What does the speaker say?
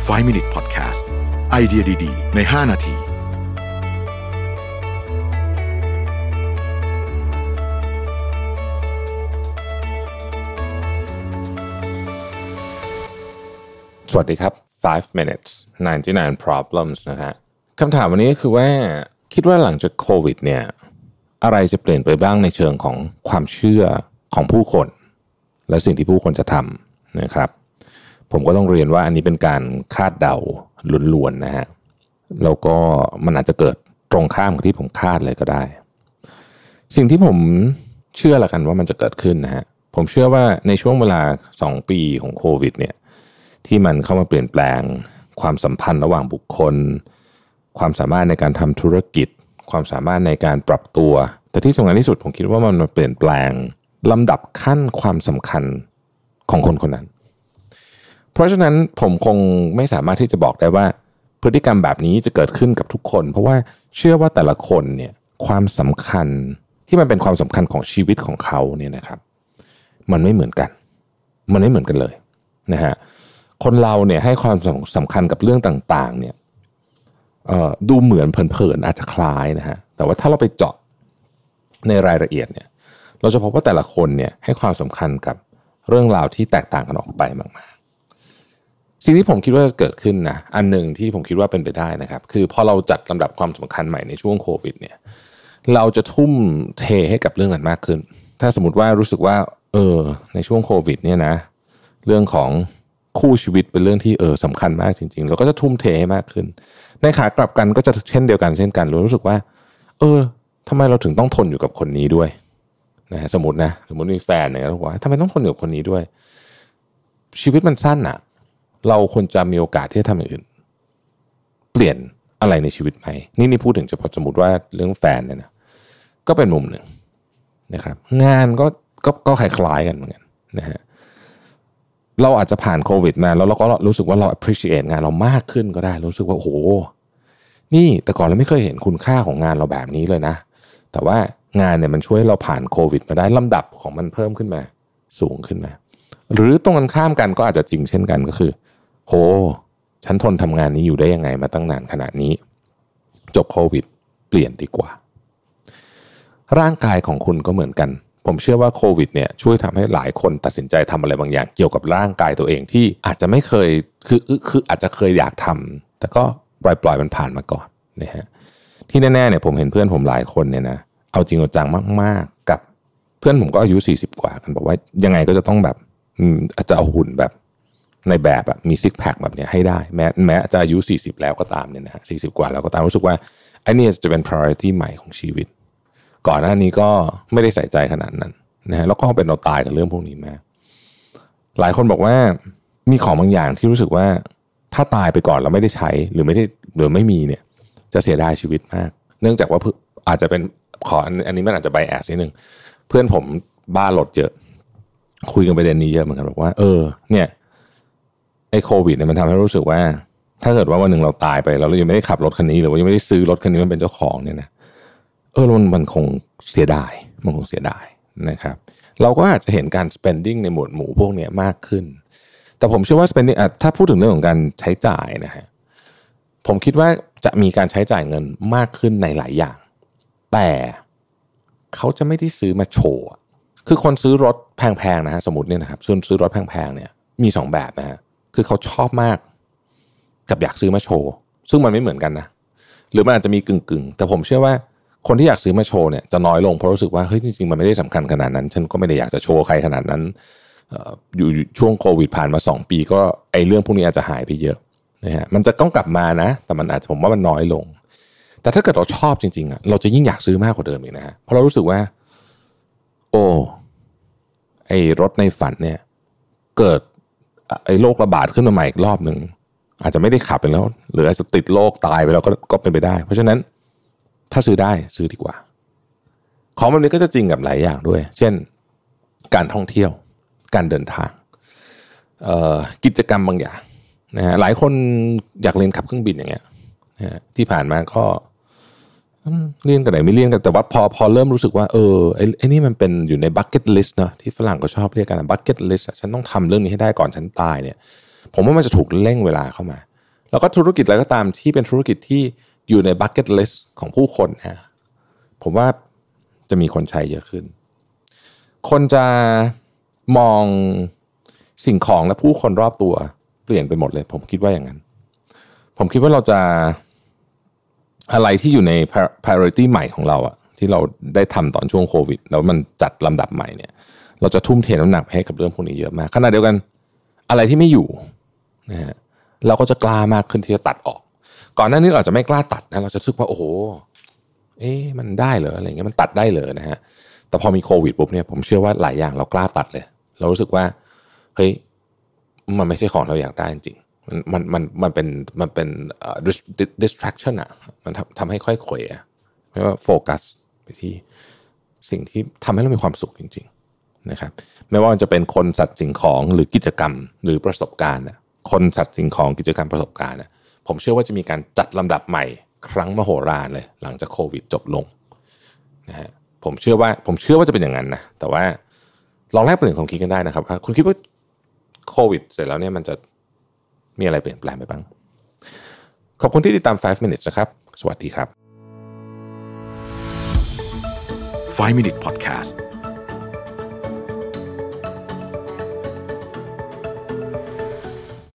5 Minute Podcast ไอเดียดีๆใน5นาทีสวัสดีครับ5 minutes 99 problems นะฮะคำถามวันนี้ก็คือว่าคิดว่าหลังจากโควิดเนี่ยอะไรจะเปลี่ยนไปบ้างในเชิงของความเชื่อของผู้คนและสิ่งที่ผู้คนจะทำนะครับผมก็ต้องเรียนว่าอันนี้เป็นการคาดเดาล้วนๆนะฮะแล้วก็มันอาจจะเกิดตรงข้ามกับที่ผมคาดเลยก็ได้สิ่งที่ผมเชื่อละกันว่ามันจะเกิดขึ้นนะฮะผมเชื่อว่าในช่วงเวลา2ปีของโควิดเนี่ยที่มันเข้ามาเปลี่ยนแปลงความสัมพันธ์ระหว่างบุคคลความสามารถในการทำธุรกิจความสามารถในการปรับตัวแต่ที่สำคัญที่สุดผมคิดว่ามันมาเปลี่ยนแปลงลำดับขั้นความสำคัญของคนคนนั้นเพราะฉะนั้นผมคงไม่สามารถที่จะบอกได้ว่าพฤติกรรมแบบนี้จะเกิดขึ้นกับทุกคนเพราะว่าเชื่อว่าแต่ละคนเนี่ยความสำคัญที่มันเป็นความสำคัญของชีวิตของเขาเนี่ยนะครับมันไม่เหมือนกันเลยนะฮะคนเราเนี่ยให้ความสำคัญกับเรื่องต่างๆเนี่ยดูเหมือนเผินๆอาจจะคล้ายนะฮะแต่ว่าถ้าเราไปเจาะในรายละเอียดเนี่ยเราจะพบว่าแต่ละคนเนี่ยให้ความสำคัญกับเรื่องราวที่แตกต่างกันออกไปมากๆสิ่งที่ผมคิดว่าจะเกิดขึ้นนะอันหนึ่งที่ผมคิดว่าเป็นไปได้นะครับคือพอเราจัดลำดับความสำคัญใหม่ในช่วงโควิดเนี่ยเราจะทุ่มเทให้กับเรื่องนั้นมากขึ้นถ้าสมมติว่ารู้สึกว่าในช่วงโควิดเนี่ยนะเรื่องของคู่ชีวิตเป็นเรื่องที่สำคัญมากจริงๆเราก็จะทุ่มเทให้มากขึ้นในขากลับกันก็จะเช่นเดียวกันเช่นกันเรารู้สึกว่าทำไมเราถึงต้องทนอยู่กับคนนี้ด้วยนะสมมติมีแฟนเนี่ยเราบอกว่าทำไมต้องทนอยู่กับคนนี้ด้วยชีวิตมันสั้นอะเราควรจะมีโอกาสที่จะทำอย่างอื่นเปลี่ยนอะไรในชีวิตไหมนี่พูดถึงเฉพาะสมมติว่าเรื่องแฟนเนี่ยนะก็เป็นมุมหนึ่งนะครับงานก็คล้ายๆกันเหมือนกันนะฮะเราอาจจะผ่านโควิดมาแล้วเราก็รู้สึกว่าเรา appreciate งานเรามากขึ้นก็ได้รู้สึกว่าโอ้โหนี่แต่ก่อนเราไม่เคยเห็นคุณค่าของงานเราแบบนี้เลยนะแต่ว่างานเนี่ยมันช่วยเราผ่านโควิดมาได้ลำดับของมันเพิ่มขึ้นมาสูงขึ้นมาหรือตรงกันข้ามกันก็อาจจะจริงเช่นกันก็คือโหฉันทนทำงานนี้อยู่ได้ยังไงมาตั้งนานขนาดนี้จบโควิดเปลี่ยนดีกว่าร่างกายของคุณก็เหมือนกันผมเชื่อว่าโควิดเนี่ยช่วยทำให้หลายคนตัดสินใจทำอะไรบางอย่างเกี่ยวกับร่างกายตัวเองที่อาจจะไม่เคยคืออาจจะเคยอยากทำแต่ก็ปล่อยมันผ่านมาก่อนนะฮะที่แน่ๆเนี่ยผมเห็นเพื่อนผมหลายคนเนี่ยนะเอาจริงเอาจังมากๆกับเพื่อนผมก็อายุ40กว่ากันบอกว่ายังไงก็จะต้องแบบอาจจะเอาหุ่นแบบในแบบมีซิกแพคแบบนี้ให้ได้แม้จะอายุ40แล้วก็ตามเนี่ยนะฮะ40กว่าแล้วก็ตามรู้สึกว่าไอ้นี่จะเป็น priority ใหม่ของชีวิตก่อนหน้านี้ก็ไม่ได้ใส่ใจขนาดนั้นนะฮะแล้วก็เป็นเราตายกับเรื่องพวกนี้มากหลายคนบอกว่ามีของบางอย่างที่รู้สึกว่าถ้าตายไปก่อนเราไม่ได้ใช้หรือไม่มีเนี่ยจะเสียดายชีวิตมากเนื่องจากว่าอาจจะเป็นอันนี้มันอาจจะไบแอสนิดนึงเพื่อนผมบ้ารถเยอะคุยกันประเด็นนี้เยอะเหมือนกันบอกว่าเนี่ยไอ้โควิดเนี่ยมันทำให้รู้สึกว่าถ้าเกิดว่าวันหนึ่งเราตายไปแล้วเรายังไม่ได้ขับรถคันนี้หรือว่ายังไม่ได้ซื้อรถคันนี้มันเป็นเจ้าของเนี่ยนะมันคงเสียดายนะครับเราก็อาจจะเห็นการ spending ในหมวดหมู่พวกนี้มากขึ้นแต่ผมเชื่อว่า spending ถ้าพูดถึงเรื่องของการใช้จ่ายนะฮะผมคิดว่าจะมีการใช้จ่ายเงินมากขึ้นในหลายอย่างแต่เขาจะไม่ได้ซื้อมาโชว์คือคนซื้อรถแพงๆนะฮะสมมติเนี่ยนะครับส่วนซื้อรถแพงๆเนี่ยมี2แบบนะฮะคือเขาชอบมากกับอยากซื้อมาโชว์ซึ่งมันไม่เหมือนกันนะหรือมันอาจจะมีกึ่งแต่ผมเชื่อว่าคนที่อยากซื้อมาโชว์เนี่ยจะน้อยลงเพราะรู้สึกว่าเฮ้ยจริงๆมันไม่ได้สำคัญขนาดนั้นฉันก็ไม่ได้อยากจะโชว์ใครขนาดนั้นอยู่ช่วงโควิดผ่านมา2ปีก็ไอ้เรื่องพวกนี้อาจจะหายไปเยอะนะฮะมันจะต้องกลับมานะแต่มันอาจจะผมว่ามันน้อยลงแต่ถ้าเกิดเราชอบจริงๆเราจะยิ่งอยากซื้อมากกว่าเดิมอีกนะฮะเพราะเรารู้สึกว่าไอ้รถในฝันเนี่ยเกิดไอ้โรคระบาดขึ้นมาใหม่อีกรอบนึงอาจจะไม่ได้ขับไปแล้วหรืออาจจะติดโรคตายไปแล้วก็เป็นไปได้เพราะฉะนั้นถ้าซื้อได้ซื้อดีกว่าของแบบนี้ก็จะจริงกับหลายอย่างด้วยเช่นการท่องเที่ยวการเดินทางกิจกรรมบางอย่างนะฮะหลายคนอยากเรียนขับเครื่องบินอย่างเงี้ยที่ผ่านมาก็ เลี่ยงกันไหนไม่เลี่ยงกันแต่ว่าพอเริ่มรู้สึกว่าไอ้นี่มันเป็นอยู่ในบัคเก็ตลิสต์เนาะที่ฝรั่งก็ชอบเรียกกันบัคเก็ตลิสต์ฉันต้องทำเรื่องนี้ให้ได้ก่อนฉันตายเนี่ยผมว่ามันจะถูกเร่งเวลาเข้ามาแล้วก็ธุรกิจอะไรก็ตามที่เป็นธุรกิจที่อยู่ใน bucket list ของผู้คนนะผมว่าจะมีคนใช้เยอะขึ้นคนจะมองสิ่งของและผู้คนรอบตัวเปลี่ยนไปหมดเลยผมคิดว่าอย่างนั้นผมคิดว่าเราจะอะไรที่อยู่ใน priority ใหม่ของเราอะที่เราได้ทำตอนช่วงโควิดแล้วมันจัดลำดับใหม่เนี่ยเราจะทุ่มเทน้ำหนักให้กับเรื่องพวกนี้เยอะมากขณะเดียวกันอะไรที่ไม่อยู่นะฮะเราก็จะกล้ามากขึ้นที่จะตัดออกก่อนหน้านี้เราอาจจะไม่กล้าตัดนะเราจะรู้สึกว่าโอ้โหมันได้เหรออะไรเงี้ยมันตัดได้เหรอนะฮะแต่พอมีโควิดปุ๊บเนี่ยผมเชื่อว่าหลายอย่างเรากล้าตัดเลยเรารู้สึกว่าเฮ้ยมันไม่ใช่ของเราอยากได้จริงมันเป็นdistraction อ่ะมันทำให้ค่อยเขวไม่ว่าโฟกัสไปที่สิ่งที่ทำให้เรามีความสุขจริงๆนะครับไม่ว่าจะเป็นคนสัตว์สิ่งของหรือกิจกรรมหรือประสบการณ์คนสัตว์สิ่งของกิจกรรมประสบการณ์ผมเชื่อว่าจะมีการจัดลำดับใหม่ครั้งมโหฬารเลยหลังจากโควิดจบลงนะฮะผมเชื่อว่าจะเป็นอย่างนั้นนะแต่ว่าลองแลกเปลี่ยนความคิดกันได้นะครับคุณคิดว่าโควิดเสร็จแล้วเนี่ยมันจะมีอะไรเปลี่ยนแปลงไปบ้างขอบคุณที่ติดตาม5 minutes นะครับสวัสดีครับ 5 Minute Podcast